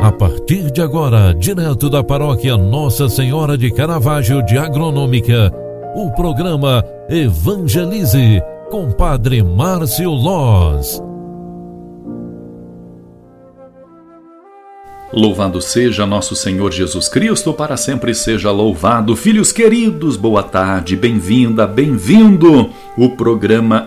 A partir de agora, direto da paróquia Nossa Senhora de Caravaggio de Agronômica, o programa Evangelize, com Padre Márcio Loz. Louvado seja nosso Senhor Jesus Cristo, para sempre seja louvado. Filhos queridos, boa tarde, bem-vinda, bem-vindo. O programa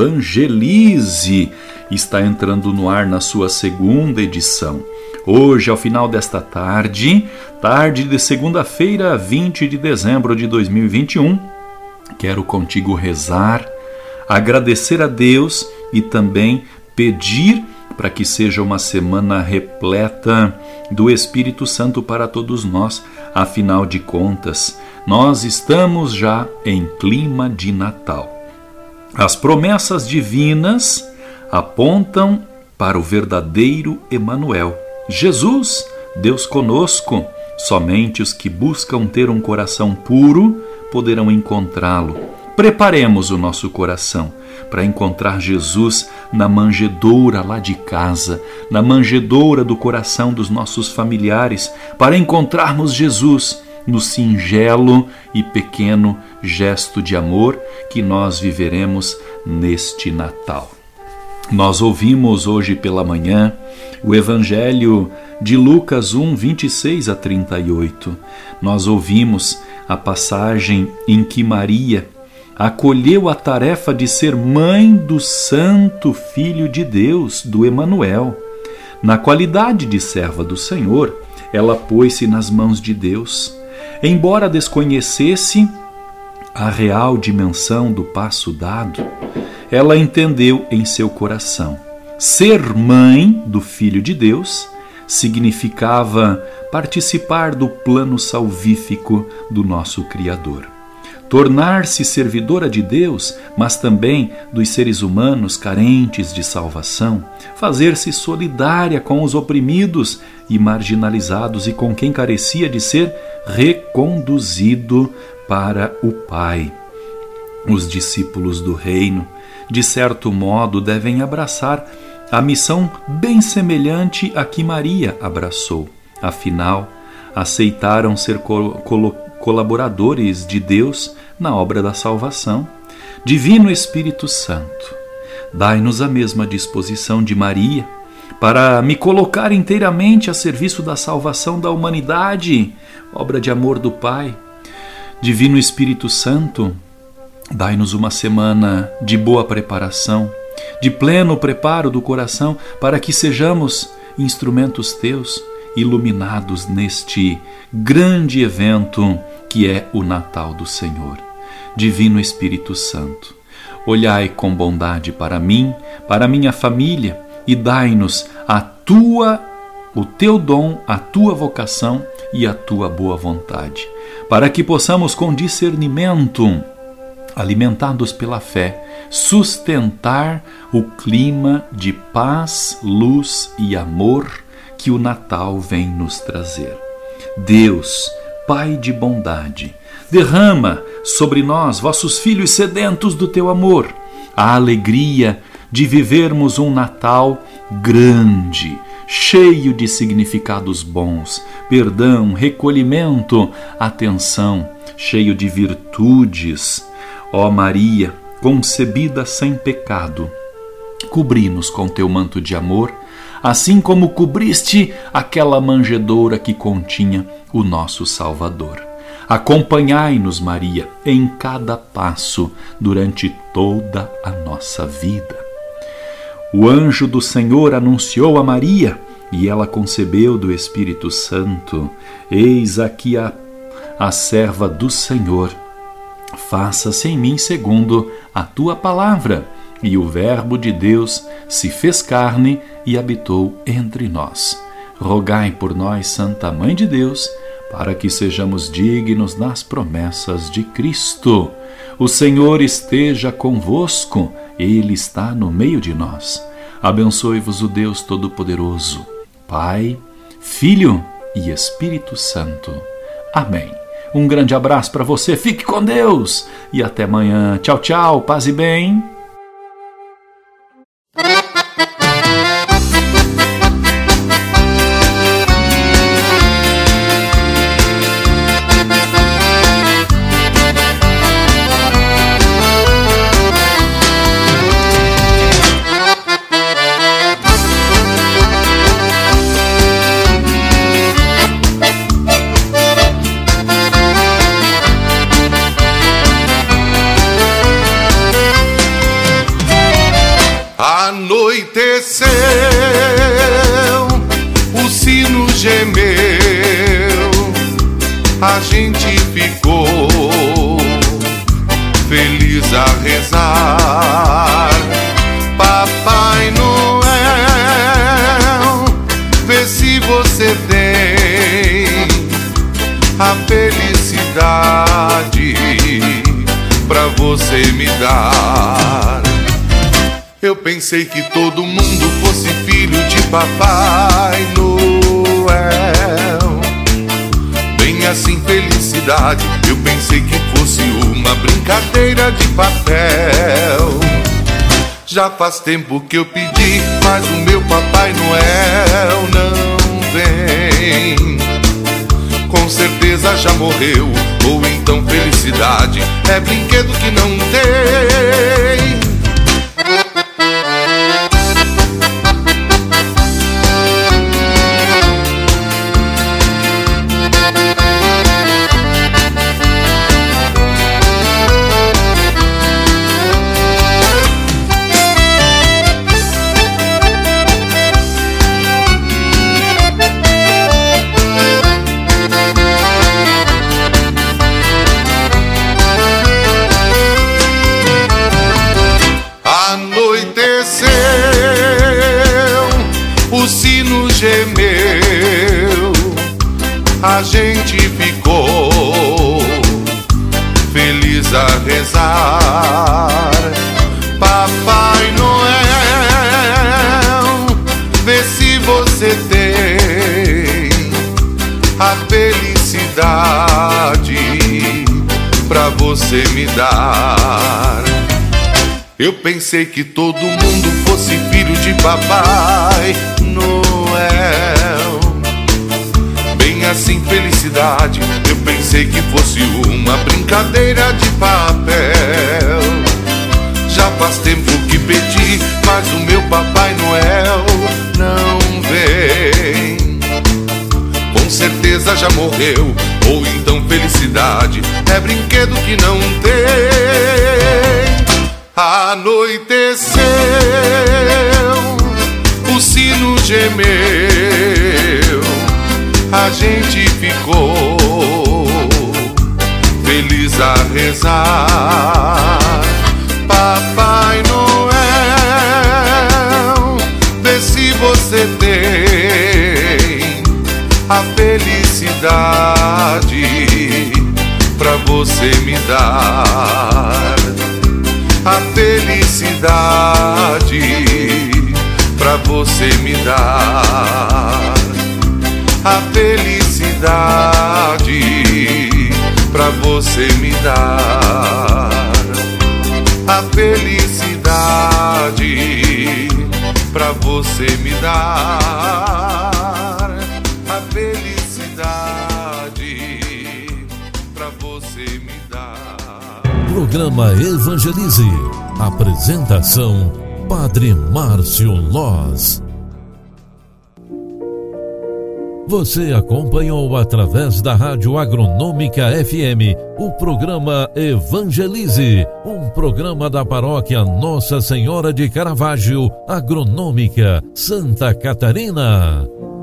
Evangelize está entrando no ar na sua segunda edição. Hoje, ao final desta tarde de segunda-feira, 20 de dezembro de 2021, quero contigo rezar, agradecer a Deus e também pedir para que seja uma semana repleta do Espírito Santo para todos nós. Afinal de contas, nós estamos já em clima de Natal. As promessas divinas apontam para o verdadeiro Emanuel, Jesus, Deus conosco. Somente os que buscam ter um coração puro poderão encontrá-lo. Preparemos o nosso coração para encontrar Jesus na manjedoura lá de casa, na manjedoura do coração dos nossos familiares, para encontrarmos Jesus no singelo e pequeno gesto de amor que nós viveremos neste Natal. Nós ouvimos hoje pela manhã o Evangelho de Lucas 1, 26 a 38. Nós ouvimos a passagem em que Maria acolheu a tarefa de ser mãe do Santo Filho de Deus, do Emanuel. Na qualidade de serva do Senhor, ela pôs-se nas mãos de Deus. Embora desconhecesse a real dimensão do passo dado, ela entendeu em seu coração. Ser mãe do Filho de Deus significava participar do plano salvífico do nosso Criador. Tornar-se servidora de Deus, mas também dos seres humanos carentes de salvação, fazer-se solidária com os oprimidos e marginalizados e com quem carecia de ser reconduzido para o Pai. Os discípulos do reino, de certo modo, devem abraçar a missão bem semelhante à que Maria abraçou. Afinal, aceitaram ser colaboradores de Deus na obra da salvação. Divino Espírito Santo, dai-nos a mesma disposição de Maria para me colocar inteiramente a serviço da salvação da humanidade, obra de amor do Pai. Divino Espírito Santo, dai-nos uma semana de boa preparação, de pleno preparo do coração, para que sejamos instrumentos teus, iluminados neste grande evento que é o Natal do Senhor. Divino Espírito Santo, olhai com bondade para mim, para minha família, e dai-nos o teu dom, a tua vocação e a tua boa vontade, para que possamos com discernimento, alimentados pela fé, sustentar o clima de paz, luz e amor que o Natal vem nos trazer. Deus, Pai de bondade, derrama sobre nós, vossos filhos sedentos do teu amor, a alegria de vivermos um Natal grande, cheio de significados bons, perdão, recolhimento, atenção, cheio de virtudes. Ó Maria, concebida sem pecado, cobri-nos com teu manto de amor, assim como cobriste aquela manjedoura que continha o nosso Salvador. Acompanhai-nos, Maria, em cada passo durante toda a nossa vida. O anjo do Senhor anunciou a Maria e ela concebeu do Espírito Santo. Eis aqui a serva do Senhor. Faça-se em mim segundo a tua palavra. E o Verbo de Deus se fez carne e habitou entre nós. Rogai por nós, Santa Mãe de Deus, para que sejamos dignos das promessas de Cristo. O Senhor esteja convosco, Ele está no meio de nós. Abençoe-vos o Deus Todo-Poderoso, Pai, Filho e Espírito Santo. Amém. Um grande abraço para você, fique com Deus e até amanhã. Tchau, tchau, paz e bem. Anoiteceu, o sino gemeu, a gente ficou feliz a rezar. Papai Noel, vê se você tem a felicidade pra você me dar. Eu pensei que todo mundo fosse filho de Papai Noel. Bem assim, felicidade, eu pensei que fosse uma brincadeira de papel. Já faz tempo que eu pedi, mas o meu Papai Noel não vem. Com certeza já morreu, ou então felicidade é brinquedo que não tem. Gemeu, a gente ficou feliz a rezar. Papai Noel, vê se você tem a felicidade pra você me dar. Eu pensei que todo mundo fosse filho de Papai Noel. Bem assim, felicidade, eu pensei que fosse uma brincadeira de papel. Já faz tempo que pedi, mas o meu Papai Noel não vem. Com certeza já morreu, ou então felicidade é brinquedo que não tem. Anoiteceu, o sino gemeu, a gente ficou feliz a rezar. Papai Noel, vê se você tem a felicidade pra você me dar. A felicidade pra você me dar. A felicidade pra você me dar. A felicidade pra você me dar. A felicidade pra você me dar. Programa Evangelize. Apresentação: Padre Márcio Loz. Você acompanhou através da Rádio Agronômica FM o programa Evangelize, um programa da paróquia Nossa Senhora de Caravaggio, Agronômica, Santa Catarina.